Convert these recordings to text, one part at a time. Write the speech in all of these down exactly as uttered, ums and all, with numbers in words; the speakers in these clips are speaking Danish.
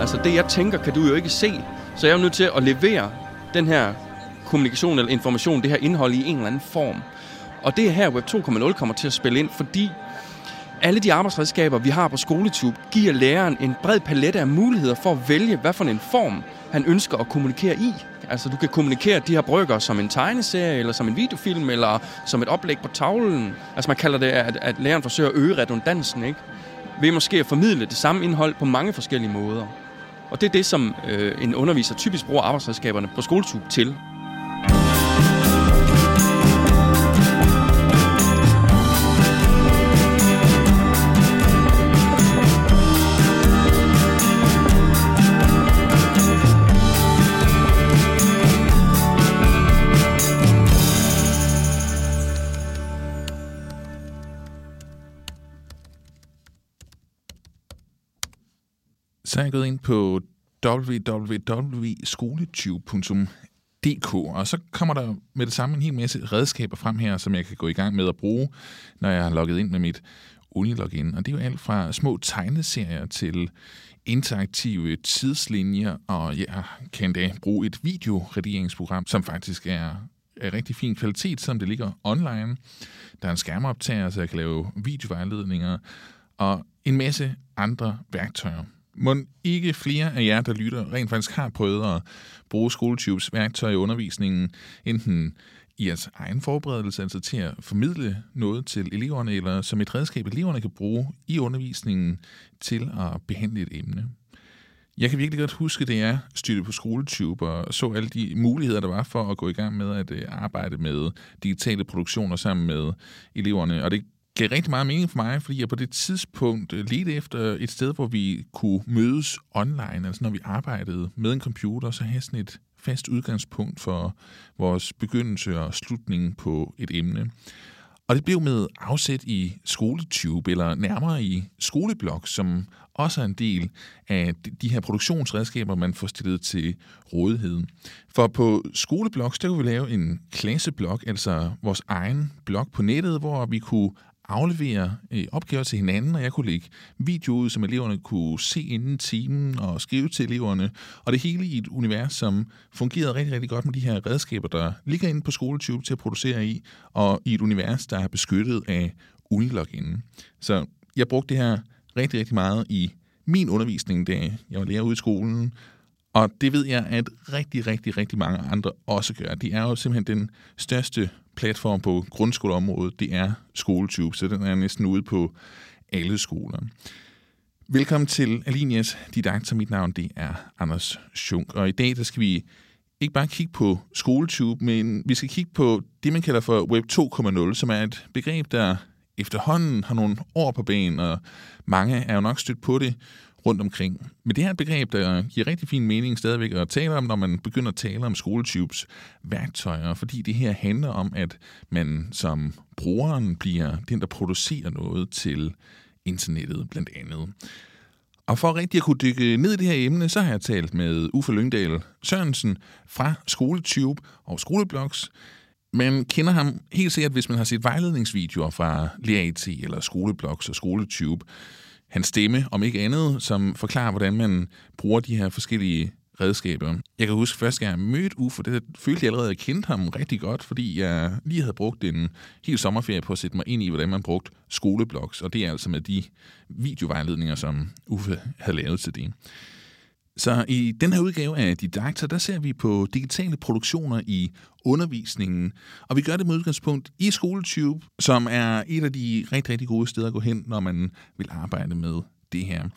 Altså det, jeg tænker, kan du jo ikke se. Så jeg er jo nødt til at levere den her kommunikation eller information, det her indhold i en eller anden form. Og det er her, Web to punkt nul kommer til at spille ind, fordi alle de arbejdsredskaber, vi har på SkoleTube, giver læreren en bred palet af muligheder for at vælge, hvad for en form han ønsker at kommunikere i. Altså, du kan kommunikere de her brøker som en tegneserie, eller som en videofilm, eller som et oplæg på tavlen. Altså, man kalder det, at, at læreren forsøger at øge redundansen, ikke? Ved måske at formidle det samme indhold på mange forskellige måder. Og det er det, som øh, en underviser typisk bruger arbejdsredskaberne på SkoleTube til. Så er jeg gået ind på w w w punktum skoletube punktum d k, og så kommer der med det samme en hel masse redskaber frem her, som jeg kan gå i gang med at bruge, når jeg har logget ind med mit Uni-login. Og det er jo alt fra små tegneserier til interaktive tidslinjer, og jeg kan da bruge et videoredigeringsprogram, som faktisk er af rigtig fin kvalitet, som det ligger online. Der er en skærmoptager, så jeg kan lave videovejledninger, og en masse andre værktøjer. Må ikke flere af jer, der lytter, rent faktisk har prøvet at bruge SkoleTubes værktøj i undervisningen, enten i jeres egen forberedelse, altså til at formidle noget til eleverne, eller som et redskab, eleverne kan bruge i undervisningen til at behandle et emne. Jeg kan virkelig godt huske, det er støtte på SkoleTube og så alle de muligheder, der var for at gå i gang med at arbejde med digitale produktioner sammen med eleverne, og det gav rigtig meget mening for mig, fordi jeg på det tidspunkt ledte efter et sted, hvor vi kunne mødes online, altså når vi arbejdede med en computer, så have sådan et fast udgangspunkt for vores begyndelse og slutning på et emne. Og det blev med afsæt i SkoleTube, eller nærmere i Skoleblocks, som også er en del af de her produktionsredskaber, man får stillet til rådighed. For på Skoleblocks, der kunne vi lave en klasseblog, altså vores egen blog på nettet, hvor vi kunne aflevere øh, opgaver til hinanden, og jeg kunne lægge video ud, som eleverne kunne se inden timen og skrive til eleverne. Og det hele i et univers, som fungerede rigtig, rigtig godt med de her redskaber, der ligger inde på SkoleTube til at producere i, og i et univers, der er beskyttet af Uni-login. Så jeg brugte det her rigtig, rigtig meget i min undervisning, da jeg var lærer ude i skolen. Og det ved jeg, at rigtig, rigtig, rigtig mange andre også gør. Det er jo simpelthen den største platform på grundskoleområdet, det er SkoleTube, så den er næsten ude på alle skoler. Velkommen til Alinias Didakter. Mit navn, det er Anders Schunk, og i dag der skal vi ikke bare kigge på SkoleTube, men vi skal kigge på det, man kalder for Web to punkt nul, som er et begreb, der efterhånden har nogle år på banen, og mange er jo nok stødt på det rundt omkring. Men det her er et begreb, der giver rigtig fin mening stadigvæk at tale om, når man begynder at tale om SkoleTubes værktøjer, fordi det her handler om, at man som brugeren bliver den, der producerer noget til internettet blandt andet. Og for rigtig at kunne dykke ned i det her emne, så har jeg talt med Uffe Lyngdal Sørensen fra SkoleTube og Skoleblocks. Man kender ham helt sikkert, hvis man har set vejledningsvideoer fra LærAT eller Skoleblocks og SkoleTube. Hans stemme, om ikke andet, som forklarer, hvordan man bruger de her forskellige redskaber. Jeg kan huske, første gang jeg mødte Uffe, det følte jeg allerede, at jeg kendte ham rigtig godt, fordi jeg lige havde brugt en hel sommerferie på at sætte mig ind i, hvordan man brugte Skoleblocks, og det er altså med de videovejledninger, som Uffe havde lavet til det. Så i den her udgave af Didakter, der ser vi på digitale produktioner i undervisningen, og vi gør det med udgangspunkt i SkoleTube, som er et af de rigtig, rigtig gode steder at gå hen, når man vil arbejde med det her.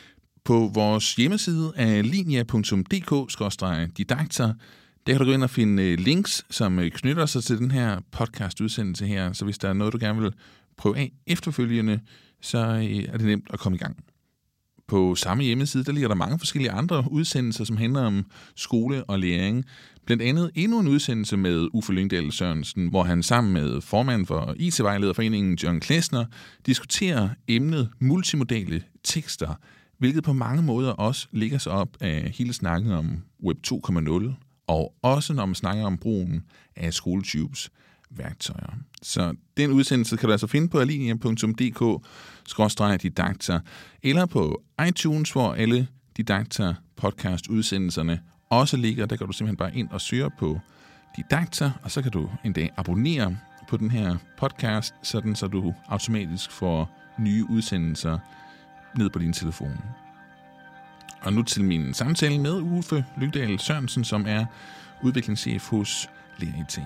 På vores hjemmeside af linia punktum d k skråstreg didakter, der kan du gå ind og finde links, som knytter sig til den her podcast-udsendelse her, så hvis der er noget, du gerne vil prøve af efterfølgende, så er det nemt at komme i gang. På samme hjemmeside, der ligger der mange forskellige andre udsendelser, som handler om skole og læring. Blandt andet endnu en udsendelse med Uffe Lyngdal Sørensen, hvor han sammen med formanden for I T-vejlederforeningen, John Klesner, diskuterer emnet multimodale tekster, hvilket på mange måder også ligger sig op af hele snakken om Web to punkt nul, og også når man snakker om brugen af SkoleTubes værktøjer. Så den udsendelse kan du altså finde på linia punktum d k skråstreg didakter eller på iTunes, hvor alle Didakta podcast-udsendelserne også ligger. Der kan du simpelthen bare ind og søge på Didakta, og så kan du en dag abonnere på den her podcast, sådan så du automatisk får nye udsendelser ned på din telefon. Og nu til min samtale med Uffe Lygdal Sørensen, som er udviklingschef hos Lærer I T.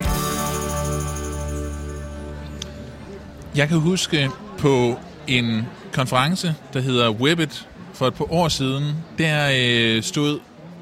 Jeg kan huske på en konference, der hedder Webbit, for et par år siden, der øh, stod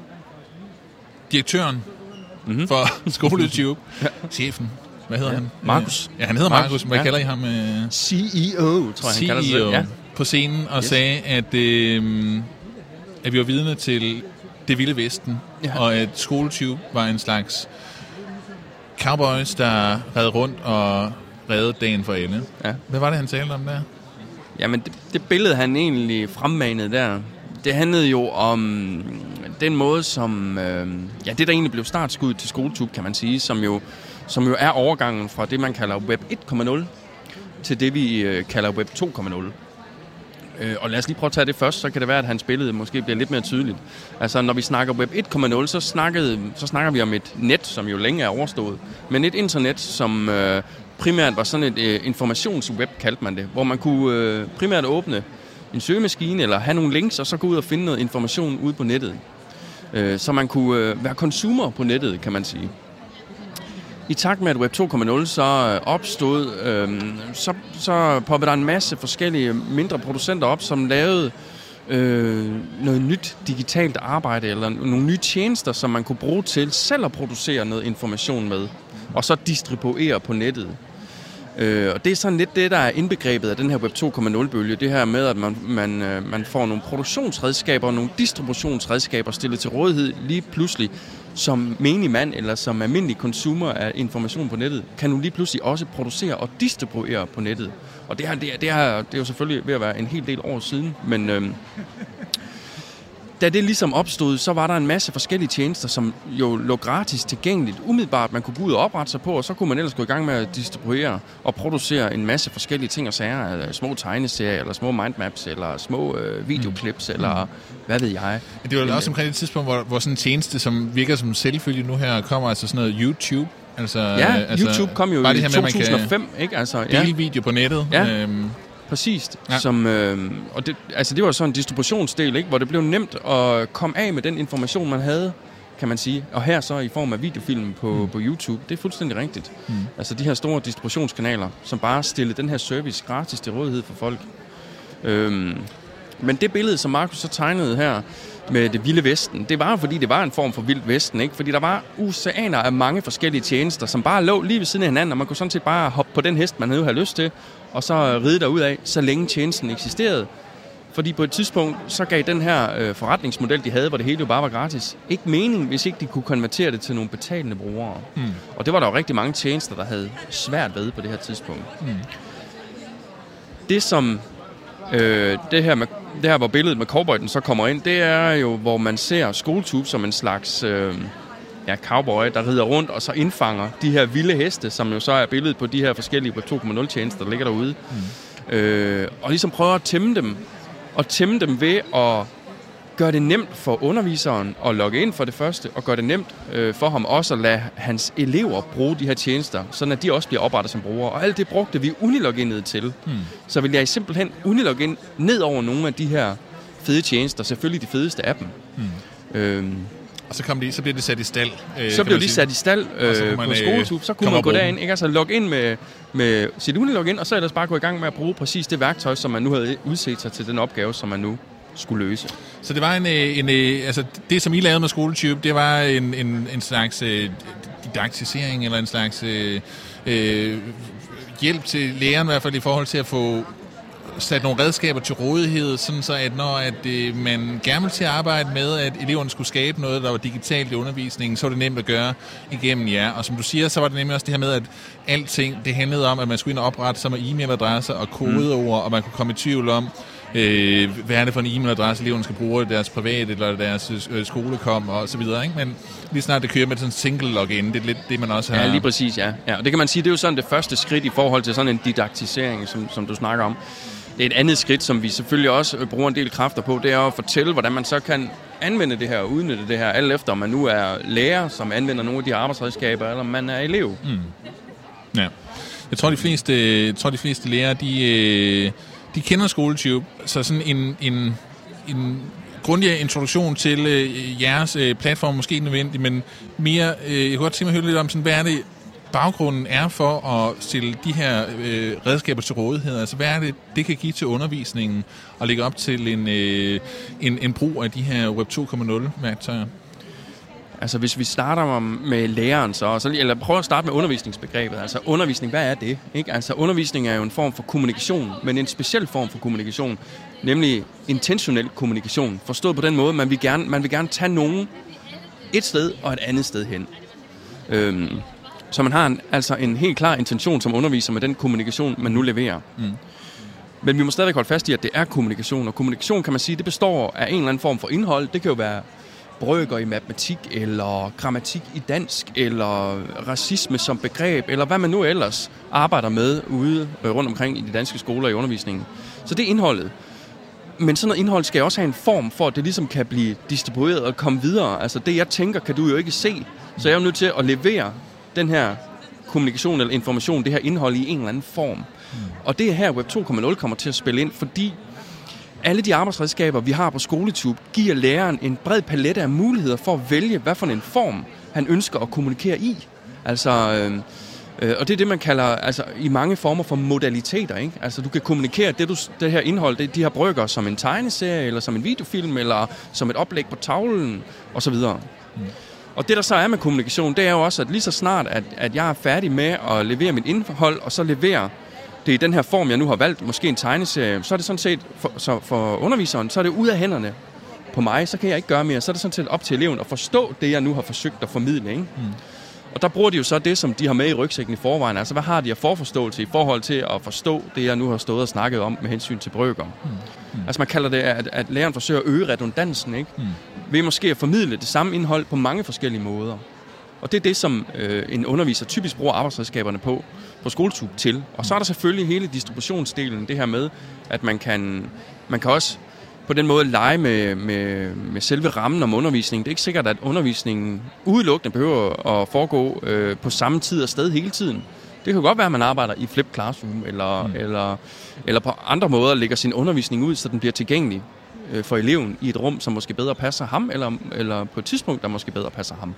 direktøren mm-hmm. for SkoleTube, ja. chefen, hvad hedder ja. han? Markus. Ja, han hedder Markus. Markus. Hvad ja. kalder I ham? Øh? C E O, tror jeg, han kalder sig. Ja. På scenen og yes. sagde, at, øh, at vi var vidne til det vilde vesten, ja. og at SkoleTube var en slags cowboys, der red rundt og redde dagen for alle. Ja. Hvad var det, han talte om der? Jamen, det, det billede, han egentlig fremmanede der, det handlede jo om den måde, som... Øh, ja, det der egentlig blev startskud til SkoleTube, kan man sige, som jo, som jo er overgangen fra det, man kalder Web et komma nul til det, vi øh, kalder Web to komma nul. Øh, og lad os lige prøve at tage det først, så kan det være, at hans billede måske bliver lidt mere tydeligt. Altså, når vi snakker Web et komma nul, så, snakkede, så snakker vi om et net, som jo længe er overstået, men et internet, som... Øh, primært var sådan et øh, informationsweb, kaldte man det, hvor man kunne øh, primært åbne en søgemaskine eller have nogle links, og så gå ud og finde noget information ude på nettet. Øh, så man kunne øh, være consumer på nettet, kan man sige. I takt med, at Web to komma nul så øh, opstod, øh, så, så poppede der en masse forskellige mindre producenter op, som lavede øh, noget nyt digitalt arbejde, eller nogle nye tjenester, som man kunne bruge til selv at producere noget information med, og så distribuere på nettet. Øh, og det er sådan lidt det, der er indbegrebet af den her Web to komma nul-bølge. Det her med, at man, man, man får nogle produktionsredskaber og nogle distributionsredskaber stillet til rådighed lige pludselig som menig mand eller som almindelig consumer af information på nettet, kan nu lige pludselig også producere og distribuere på nettet. Og det, her, det, er, det, er, det er jo selvfølgelig ved at være en hel del år siden, men... Øh, Da det ligesom opstod, så var der en masse forskellige tjenester, som jo lå gratis tilgængeligt. Umiddelbart, man kunne gå ud og oprette sig på, og så kunne man ellers gå i gang med at distribuere og producere en masse forskellige ting og sager. Små tegneserier, eller små mindmaps, eller små øh, videoklips, mm. eller hvad ved jeg. Det var også omkring et tidspunkt, hvor, hvor sådan en tjeneste, som virker som selvfølge nu her, kommer altså sådan noget YouTube. Altså, ja, altså, YouTube kom jo i to tusind og fem, ikke? Altså, ja. Dele video på nettet. Ja. Øhm. Præcis. Ja. Som, øh, og det, altså det var sådan en distributionsdel, ikke, hvor det blev nemt at komme af med den information, man havde, kan man sige. Og her så i form af videofilm på, mm. på YouTube. Det er fuldstændig rigtigt. Mm. Altså de her store distributionskanaler, som bare stillede den her service gratis til rådighed for folk. Øhm, men det billede, som Markus så tegnede her med det vilde vesten, det var fordi det var en form for vildt vesten, ikke? Fordi der var oceaner af mange forskellige tjenester, som bare lå lige ved siden af hinanden, og man kunne sådan set bare hoppe på den hest, man havde lyst til, og så ride derud af, så længe tjenesten eksisterede. Fordi på et tidspunkt, så gav den her øh, forretningsmodel, de havde, hvor det hele jo bare var gratis, ikke mening, hvis ikke de kunne konvertere det til nogle betalende brugere. Mm. Og det var der jo rigtig mange tjenester, der havde svært ved på det her tidspunkt. Mm. Det som, øh, det, her med, det her, hvor billedet med cowboyen så kommer ind, det er jo, hvor man ser SkoleTube som en slags... Øh, ja, cowboy, der rider rundt og så indfanger de her vilde heste, som jo så er billedet på de her forskellige Web to komma nul-tjenester, der ligger derude. Mm. Øh, og ligesom prøver at tæmme dem, og tæmme dem ved at gøre det nemt for underviseren at logge ind for det første, og gøre det nemt øh, for ham også at lade hans elever bruge de her tjenester, sådan at de også bliver oprettet som brugere. Og alt det brugte vi Unilogin til. Mm. Så vil jeg simpelthen Unilogin ned over nogle af de her fede tjenester, selvfølgelig de fedeste af dem. Mm. Øh, Og så, kom de, så bliver det sat i stald. Øh, så bliver de sat i stald øh, på SkoleTube. Så kunne man gå derind, ikke? Altså logge ind med, med sit Unilogin, og så ellers bare gå i gang med at bruge præcis det værktøj, som man nu havde udset sig til den opgave, som man nu skulle løse. Så det var en, en, en altså det, som I lavede med SkoleTube, det var en, en, en slags øh, didaktisering, eller en slags øh, øh, hjælp til læreren, i hvert fald i forhold til at få sat nogle redskaber til rådighed, sådan så at når at, øh, man gerne vil til at arbejde med, at eleverne skulle skabe noget, der var digitalt i undervisningen, så var det nemt at gøre igennem jer. Og som du siger, så var det nemlig også det her med, at alting, det handlede om, at man skulle ind og oprette sig med e-mailadresser og kodeord, mm. og man kunne komme i tvivl om, øh, hvad er det for en e-mailadresse, eleverne skal bruge, deres private eller deres øh, skolekom og så videre, ikke? Men lige snart det kører med sådan en single login, det er lidt det, man også har... Ja, lige præcis, ja. ja. Og det kan man sige, det er jo sådan det første skridt i forhold til sådan en didaktisering, som, som du snakker om. det er et andet skridt, som vi selvfølgelig også bruger en del kræfter på, det er at fortælle, hvordan man så kan anvende det her og udnytte det her, alt efter om man nu er lærer, som anvender nogle af de arbejdsredskaber, eller om man er elev. Mm. Ja. Jeg tror, de fleste, jeg tror, de fleste lærere, de, de kender SkoleTube, så sådan en, en, en grundig introduktion til øh, jeres øh, platform måske ikke nødvendigt, men mere, øh, jeg kunne godt tænke mig at høre lidt om, sådan, hvad er det, baggrunden er for at stille de her øh, redskaber til rådighed? Altså, hvad er det, det kan give til undervisningen og lægge op til en, øh, en, en brug af de her Web to punkt nul-værktøjer? Altså, hvis vi starter med læreren, så, så eller prøv at starte med undervisningsbegrebet. Altså, undervisning, hvad er det? Ikke? Altså, undervisning er jo en form for kommunikation, men en speciel form for kommunikation, nemlig intentionel kommunikation. Forstået på den måde, man vil gerne, man vil gerne tage nogen et sted og et andet sted hen. Øhm, Så man har en, altså en helt klar intention som underviser med den kommunikation, man nu leverer. Mm. Men vi må stadig holde fast i, at det er kommunikation. Og kommunikation, kan man sige, det består af en eller anden form for indhold. Det kan jo være brøker i matematik, eller grammatik i dansk, eller racisme som begreb, eller hvad man nu ellers arbejder med ude rundt omkring i de danske skoler i undervisningen. Så det er indholdet. Men sådan noget indhold skal også have en form for, at det ligesom kan blive distribueret og komme videre. Altså det, jeg tænker, kan du jo ikke se. Så jeg er jo nødt til at levere den her kommunikation eller information, det her indhold i en eller anden form. Mm. Og det er her, Web to punkt nul kommer til at spille ind, fordi alle de arbejdsredskaber, vi har på SkoleTube, giver læreren en bred palette af muligheder for at vælge, hvad for en form han ønsker at kommunikere i. Altså, øh, øh, og det er det, man kalder altså, i mange former for modaliteter. Ikke? Altså, du kan kommunikere det, du, det her indhold, det, de her brøker, som en tegneserie, eller som en videofilm, eller som et oplæg på tavlen, osv. Mm. Og det, der så er med kommunikation, det er jo også, at lige så snart, at, at jeg er færdig med at levere mit indhold, og så levere det i den her form, jeg nu har valgt, måske en tegneserie, så er det sådan set, for, så for underviseren, så er det ud af hænderne på mig, så kan jeg ikke gøre mere. Så er det sådan set op til eleven at forstå det, jeg nu har forsøgt at formidle. Ikke? Mm. Og der bruger de jo så det, som de har med i rygsækken i forvejen. Altså, hvad har de af forforståelse i forhold til at forstå det, jeg nu har stået og snakket om med hensyn til brøker? Mm. Mm. Altså, man kalder det, at, at læreren forsøger at øge redundansen, ikke? Mm. Ved måske at formidle det samme indhold på mange forskellige måder. Og det er det, som øh, en underviser typisk bruger arbejdsredskaberne på, på SkoleTube til. Og så er der selvfølgelig hele distributionsdelen, det her med, at man kan, man kan også på den måde lege med, med, med selve rammen om undervisningen. Det er ikke sikkert, at undervisningen udelukkende behøver at foregå øh, på samme tid og sted hele tiden. Det kan godt være, at man arbejder i Flip Classroom, eller, mm. eller, eller på andre måder lægger sin undervisning ud, så den bliver tilgængelig øh, for eleven i et rum, som måske bedre passer ham, eller, eller på et tidspunkt, der måske bedre passer ham.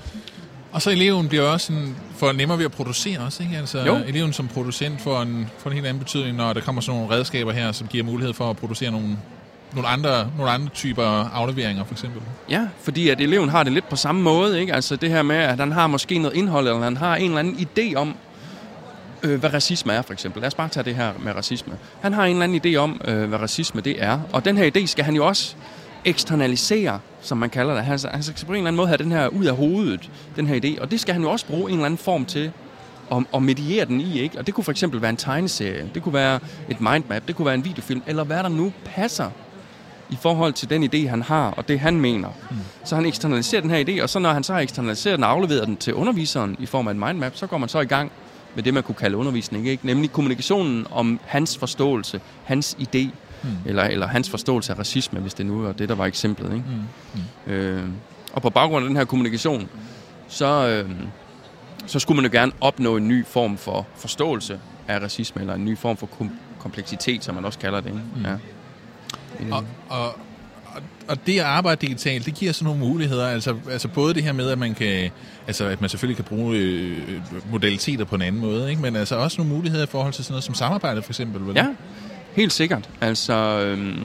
Og så eleven bliver også en, for nemmere ved at producere også, ikke? Altså jo. Eleven som producent får en, får en helt anden betydning, når der kommer sådan nogle redskaber her, som giver mulighed for at producere nogle, nogle, andre, nogle andre typer afleveringer, for eksempel. Ja, fordi at eleven har det lidt på samme måde, ikke? Altså det her med, at han har måske noget indhold, eller han har en eller anden idé om, øh, hvad racisme er, for eksempel. Lad os bare tage det her med racisme. Han har en eller anden idé om, øh, hvad racisme det er, og den her idé skal han jo også eksternalisere, som man kalder det. Han skal på en eller anden måde have den her ud af hovedet, den her idé, og det skal han jo også bruge en eller anden form til at, at mediere den i, ikke? Og det kunne for eksempel være en tegneserie, det kunne være et mindmap, det kunne være en videofilm, eller hvad der nu passer i forhold til den idé, han har, og det han mener. Mm. Så han eksternaliserer den her idé, og så når han så har eksternaliseret den og afleveret den til underviseren i form af en mindmap, så går man så i gang med det, man kunne kalde undervisning, ikke? Nemlig kommunikationen om hans forståelse, hans idé, Mm. Eller, eller hans forståelse af racisme, hvis det nu var det, der var eksemplet. Ikke? Mm. Mm. Øh, og på baggrund af den her kommunikation, så, øh, så skulle man jo gerne opnå en ny form for forståelse af racisme, eller en ny form for kom- kompleksitet, som man også kalder det. Ikke? Mm. Ja. Og, og, og det at arbejde digitalt, det giver sådan nogle muligheder, altså, altså både det her med, at man kan, altså at man selvfølgelig kan bruge øh, modaliteter på en anden måde, ikke? Men altså også nogle muligheder i forhold til sådan noget som samarbejde, for eksempel. Vel? Ja. Helt sikkert. Altså, øhm,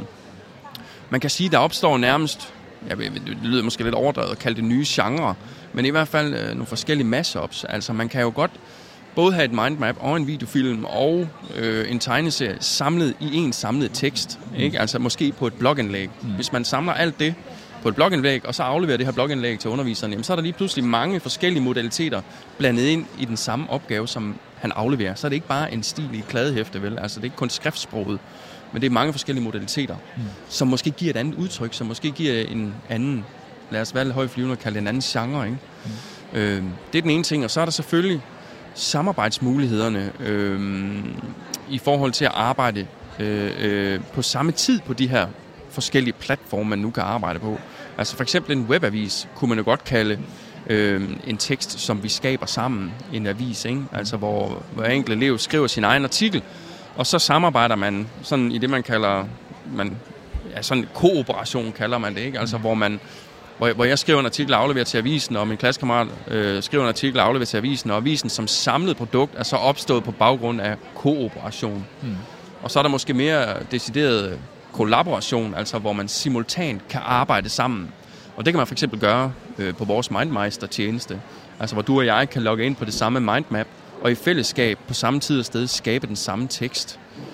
man kan sige, der opstår nærmest, jeg ved, det lyder måske lidt overdrevet at kalde det nye genre, men i hvert fald øh, nogle forskellige mashups. Altså, man kan jo godt både have et mindmap og en videofilm og øh, en tegneserie samlet i en samlet tekst. Mm. Ikke? Altså, måske på et blogindlæg. Mm. Hvis man samler alt det på et blogindlæg, og så afleverer det her blogindlæg til underviseren, jamen, så er der lige pludselig mange forskellige modaliteter blandet ind i den samme opgave, som han afleverer. Så er det ikke bare en stil i et kladehæfte, vel? Altså, det er ikke kun skriftsproget, men det er mange forskellige modaliteter, mm. som måske giver et andet udtryk, som måske giver en anden, lad os være lidt højflyvende og kalde det en anden genre, ikke? Mm. Øh, det er den ene ting, og så er der selvfølgelig samarbejdsmulighederne øh, i forhold til at arbejde øh, øh, på samme tid på de her forskellige platforme, man nu kan arbejde på. Altså for eksempel en webavis kunne man jo godt kalde øh, en tekst, som vi skaber sammen, en avis, ikke? Altså hvor hver enkelt elev skriver sin egen artikel, og så samarbejder man sådan i det, man kalder, man, ja, sådan kooperation kalder man det, ikke? Altså hvor man Hvor, hvor jeg skriver en artikel og afleverer til avisen, og min klassekammerat øh, skriver en artikel og afleverer til avisen, og avisen som samlet produkt er så opstået på baggrund af kooperation. Mm. Og så er der måske mere decideret kollaboration, altså hvor man simultant kan arbejde sammen. Og det kan man for eksempel gøre øh, på vores MindMeister-tjeneste, altså hvor du og jeg kan logge ind på det samme mindmap, og i fællesskab på samme tid og sted skabe den samme tekst.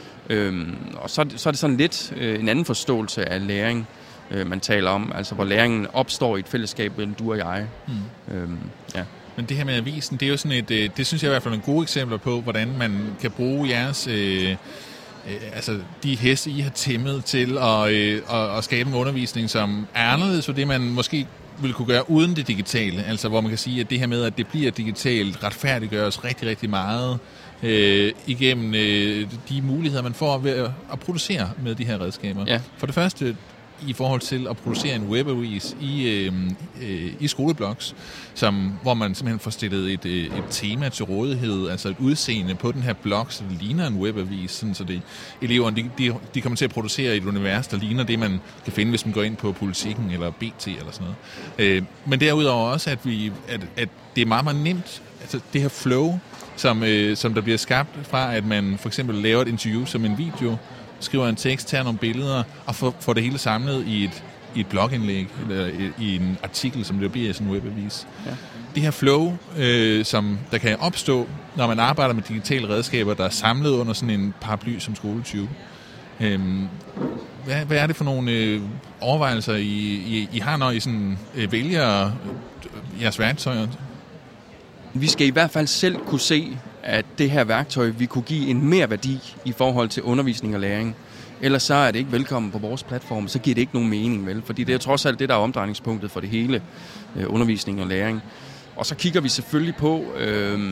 Øhm, og så, så er det sådan lidt øh, en anden forståelse af læring, man taler om, altså hvor læringen opstår i et fællesskab mellem du og jeg. Mm. Øhm, ja. Men det her med avisen, det er jo sådan et, det synes jeg i hvert fald er nogle gode eksempler på, hvordan man kan bruge jeres, øh, øh, altså de heste, I har tæmmet til at, øh, at, at skabe en undervisning, som er anderledes for det, man måske ville kunne gøre uden det digitale. Altså hvor man kan sige, at det her med, at det bliver digitalt, retfærdiggøres rigtig, rigtig meget øh, igennem øh, de muligheder, man får ved at, at producere med de her redskaber. Ja. For det første, i forhold til at producere en webavis i, øh, øh, i skoleblogs, som, hvor man simpelthen får stillet et, øh, et tema til rådighed, altså et udseende på den her blog, så det ligner en webavis, sådan, så det, eleverne de, de, de kommer til at producere et univers, der ligner det, man kan finde, hvis man går ind på Politikken eller B T eller sådan noget. Øh, men derudover også, at, vi, at, at det er meget, meget nemt, altså det her flow, som, øh, som der bliver skabt fra, at man for eksempel laver et interview som en video, skriver en tekst, tager nogle billeder og får, får det hele samlet i et, i et blogindlæg eller i en artikel, som det bliver i sådan en webavis. Ja. Det her flow, øh, som der kan opstå, når man arbejder med digitale redskaber, der er samlet under sådan en paraply som SkoleTube. Øh, hvad, hvad er det for nogle øh, overvejelser, I, I, I har, når I sådan, øh, vælger øh, jeres værktøjer? Vi skal i hvert fald selv kunne se, at det her værktøj vi kunne give en mere værdi i forhold til undervisning og læring. Ellers så er det ikke velkommen på vores platform, så giver det ikke nogen mening, vel? Fordi det er trods alt det, der er omdrejningspunktet for det hele, øh, undervisning og læring. Og så kigger vi selvfølgelig på øh,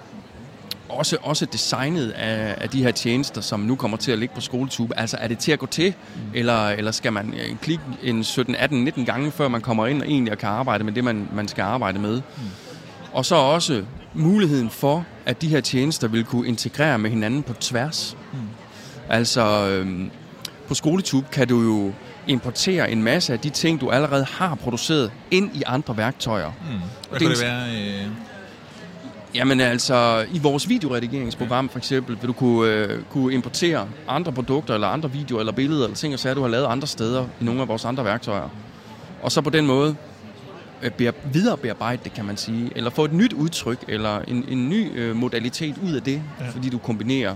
også, også designet af, af de her tjenester, som nu kommer til at ligge på SkoleTube. Altså er det til at gå til, mm. eller, eller skal man øh, klikke en sytten, atten, nitten gange, før man kommer ind og egentlig kan arbejde med det, man, man skal arbejde med. Mm. Og så også muligheden for, at de her tjenester vil kunne integrere med hinanden på tværs. Mm. Altså, øhm, på SkoleTube kan du jo importere en masse af de ting, du allerede har produceret, ind i andre værktøjer. Mm. Hvad kunne det være? Øh... Jamen altså, i vores videoredigeringsprogram for eksempel, vil du kunne, øh, kunne importere andre produkter, eller andre videoer, eller billeder, eller ting og sager, du har lavet andre steder i nogle af vores andre værktøjer. Og så på den måde Bear, videre bearbejde det, kan man sige, eller få et nyt udtryk, eller en, en ny øh, modalitet ud af det, ja. Fordi du kombinerer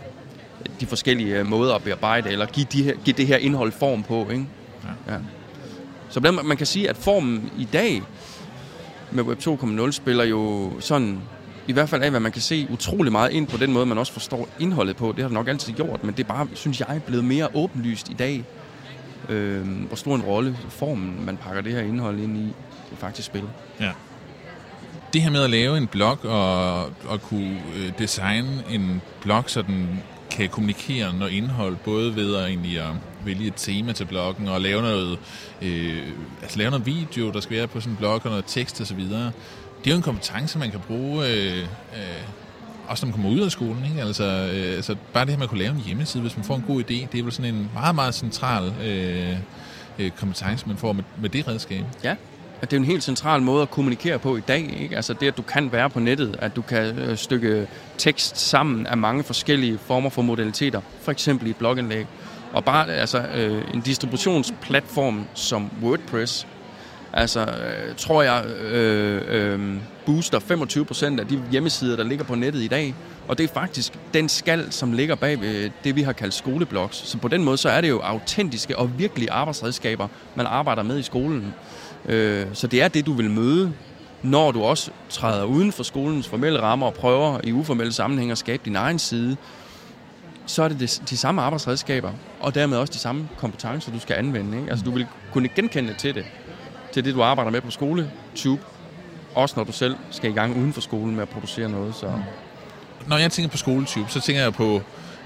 de forskellige øh, måder at bearbejde, eller give, de her, give det her indhold form på, ikke? Ja. Ja. Så blandt, man kan sige, at formen i dag med Web to punkt nul spiller jo sådan, i hvert fald af, hvad man kan se, utrolig meget ind på den måde, man også forstår indholdet på. Det har det nok altid gjort, men det er bare, synes jeg, blevet mere åbenlyst i dag, øh, hvor stor en rolle formen, man pakker det her indhold ind i, det faktisk spiller. Ja. Det her med at lave en blog og, og kunne øh, designe en blog, så den kan kommunikere noget indhold, både ved at egentlig at vælge et tema til bloggen og lave noget, øh, altså lave noget video, der skal være på sådan en blog, og noget tekst og så videre. Det er jo en kompetence, man kan bruge, øh, øh, også når man kommer ud af skolen, ikke? Altså, øh, altså bare det her med at kunne lave en hjemmeside, hvis man får en god idé, det er vel sådan en meget, meget central øh, øh, kompetence, man får med, med det redskab. Ja. At det er en helt central måde at kommunikere på i dag, ikke? Altså det, at du kan være på nettet, at du kan stykke tekst sammen af mange forskellige former for modaliteter, for eksempel i et blogindlæg. Og bare altså, øh, en distributionsplatform som WordPress, altså øh, tror jeg, øh, øh, booster femogtyve procent af de hjemmesider, der ligger på nettet i dag. Og det er faktisk den skal, som ligger bag ved det, vi har kaldt skoleblogs. Så på den måde, så er det jo autentiske og virkelige arbejdsredskaber, man arbejder med i skolen. Så det er det, du vil møde, når du også træder uden for skolens formelle rammer og prøver i uformelle sammenhæng at skabe din egen side. Så er det de, de samme arbejdsredskaber, og dermed også de samme kompetencer, du skal anvende. Ikke? Altså du vil kunne genkende til det, til det, du arbejder med på SkoleTube, også når du selv skal i gang uden for skolen med at producere noget. Så. Når jeg tænker på SkoleTube, så tænker jeg på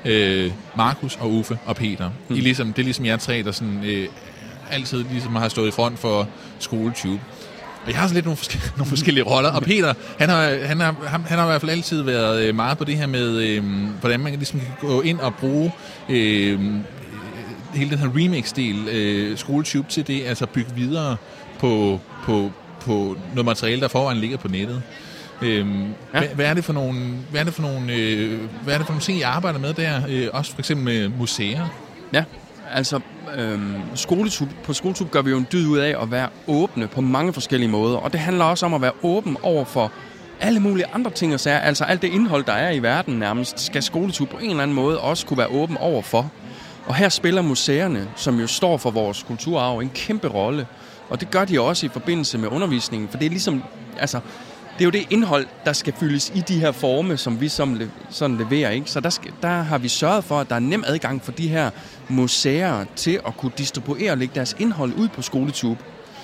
øh, Markus og Uffe og Peter. Mm. I ligesom, det er ligesom jer tre, der sådan, øh, altid ligesom har stået i front for SkoleTube. Og jeg har så lidt nogle forskellige, nogle forskellige roller, og Peter, han har, han, har, han har i hvert fald altid været meget på det her med, øh, hvordan man ligesom kan gå ind og bruge øh, hele den her remix-del, øh, SkoleTube, til det, altså bygge videre på, på, på noget materiale, der foran ligger på nettet. Øhm, ja. hvad, hvad er det for nogle, hvad er det for nogle, øh, hvad er det for nogle ting, I arbejder med der? Øh, også for eksempel med museer? Ja, altså øhm, SkoleTube, på SkoleTube gør vi jo en dyd ud af at være åbne på mange forskellige måder, og det handler også om at være åben over for alle mulige andre ting og sager. Altså alt det indhold, der er i verden nærmest, skal SkoleTube på en eller anden måde også kunne være åben over for. Og her spiller museerne, som jo står for vores kulturarv, en kæmpe rolle. Og det gør de også i forbindelse med undervisningen, for det er ligesom, altså, det er jo det indhold, der skal fyldes i de her forme, som vi som le- sådan leverer, ikke? Så der, skal, der har vi sørget for, at der er nem adgang for de her museer til at kunne distribuere og lægge deres indhold ud på SkoleTube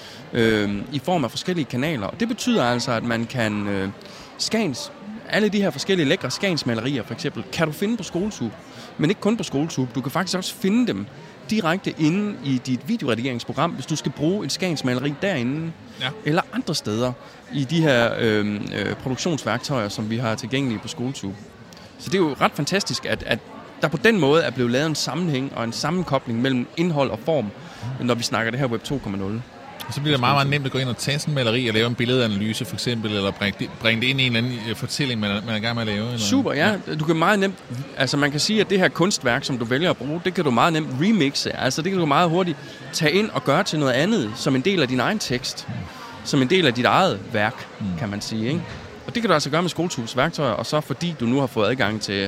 øh, i form af forskellige kanaler. Og det betyder altså, at man kan øh, skans, alle de her forskellige lækre skansmalerier for eksempel, kan du finde på SkoleTube, men ikke kun på SkoleTube. Du kan faktisk også finde dem direkte inde i dit videoredigeringsprogram, hvis du skal bruge et skansmaleri derinde, ja. Eller andre steder i de her øh, øh, produktionsværktøjer, som vi har tilgængelige på SkoleTube. Så det er jo ret fantastisk, at, at der på den måde er blevet lavet en sammenhæng og en sammenkobling mellem indhold og form, når vi snakker det her Web to punkt nul. Og så bliver det meget, meget nemt at gå ind og tage sådan en maleri og lave en billedanalyse for eksempel, eller bringe det, bringe det ind i en eller anden fortælling, man er, man er i gang med at lave. Eller? Super, ja. Du kan meget nemt, altså man kan sige, at det her kunstværk, som du vælger at bruge, det kan du meget nemt remixe. Altså det kan du meget hurtigt tage ind og gøre til noget andet, som en del af din egen tekst. Mm. Som en del af dit eget værk, mm. kan man sige, ikke? Og det kan du altså gøre med SkoleTubes værktøjer, og så fordi du nu har fået adgang til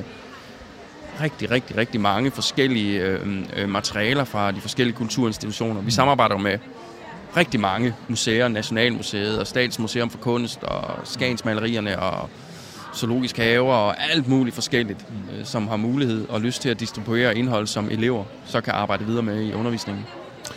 rigtig, rigtig, rigtig mange forskellige øh, øh, materialer fra de forskellige kulturinstitutioner. Vi samarbejder med rigtig mange museer, Nationalmuseet og Statsmuseum for Kunst og Skansmalerierne og Zoologisk Haver og alt muligt forskelligt, øh, som har mulighed og lyst til at distribuere indhold, som elever så kan arbejde videre med i undervisningen.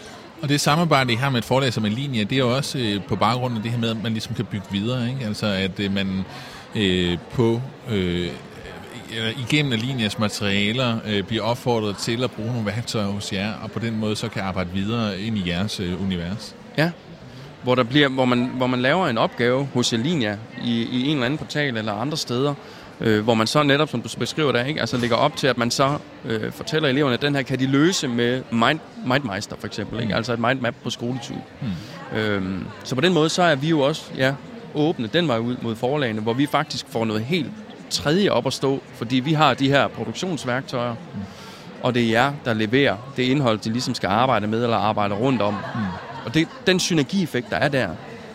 Og det samarbejde, I har med et forlag som Linea, det er jo også øh, på baggrund af det her med, at man ligesom kan bygge videre, ikke? Altså at øh, man øh, på øh, eller igennem Lineas materialer øh, bliver opfordret til at bruge nogle værktøjer hos jer, og på den måde så kan arbejde videre ind i jeres øh, univers. Ja, hvor, der bliver, hvor, man, hvor man laver en opgave hos Linea i, i en eller anden portal eller andre steder, øh, hvor man så netop, som du beskriver der, ikke, altså lægger op til, at man så øh, fortæller eleverne, at den her kan de løse med Mind, MindMeister for eksempel, ikke? Altså et mindmap på SkoleTube. Mm. Øhm, så på den måde så er vi jo også ja, åbne den vej ud mod forlagene, hvor vi faktisk får noget helt tredje op at stå, fordi vi har de her produktionsværktøjer, mm. og det er jer, der leverer det indhold, de ligesom skal arbejde med eller arbejde rundt om. Mm. Og det, den synergieffekt, der er der,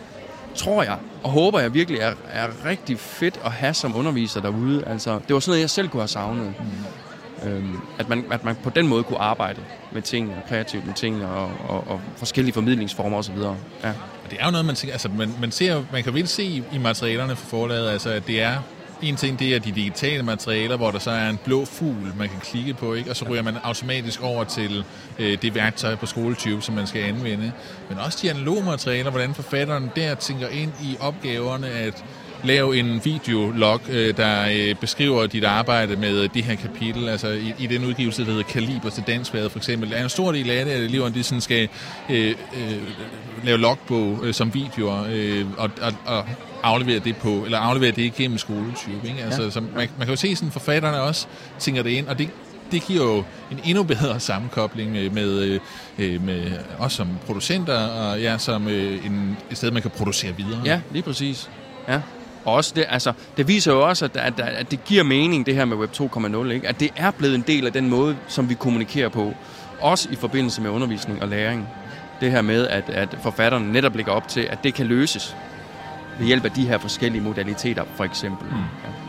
tror jeg, og håber jeg virkelig er, er rigtig fedt at have som underviser derude. Altså, det var sådan noget, jeg selv kunne have savnet. Mm. Øhm, at, man, at man på den måde kunne arbejde med ting, og kreativt med ting, og, og, og forskellige formidlingsformer osv. Ja. Og det er jo noget, man, altså, man, man, ser, man kan vel se i, i materialerne for forlaget, altså, at det er en ting, det er de digitale materialer, hvor der så er en blå fugl, man kan klikke på, ikke? Og så ryger man automatisk over til øh, det værktøj på SkoleTube, som man skal anvende. Men også de analoge materialer, hvordan forfatteren der tænker ind i opgaverne at lave en videolog, øh, der øh, beskriver dit arbejde med det her kapitel. Altså i, i den udgivelse, der hedder Kaliber til Dansfaget for eksempel. Der er en stor del af det, at eleverne de sådan skal øh, øh, lave logbog øh, som videoer øh, og, og, og aflevere det på, eller aflevere det igennem SkoleTube, ikke? Altså, ja. Så man, man kan jo se, sådan forfatterne også tænker det ind, og det, det giver jo en endnu bedre sammenkobling med, med, med os som producenter, og ja, som en, et sted, man kan producere videre. Ja, lige præcis. Ja. Og også det, altså, det viser jo også, at, at, at det giver mening, det her med Web to punkt nul, ikke? At det er blevet en del af den måde, som vi kommunikerer på, også i forbindelse med undervisning og læring. Det her med, at, at forfatterne netop lægger op til, at det kan løses ved hjælp af de her forskellige modaliteter, for eksempel. Mm. Ja.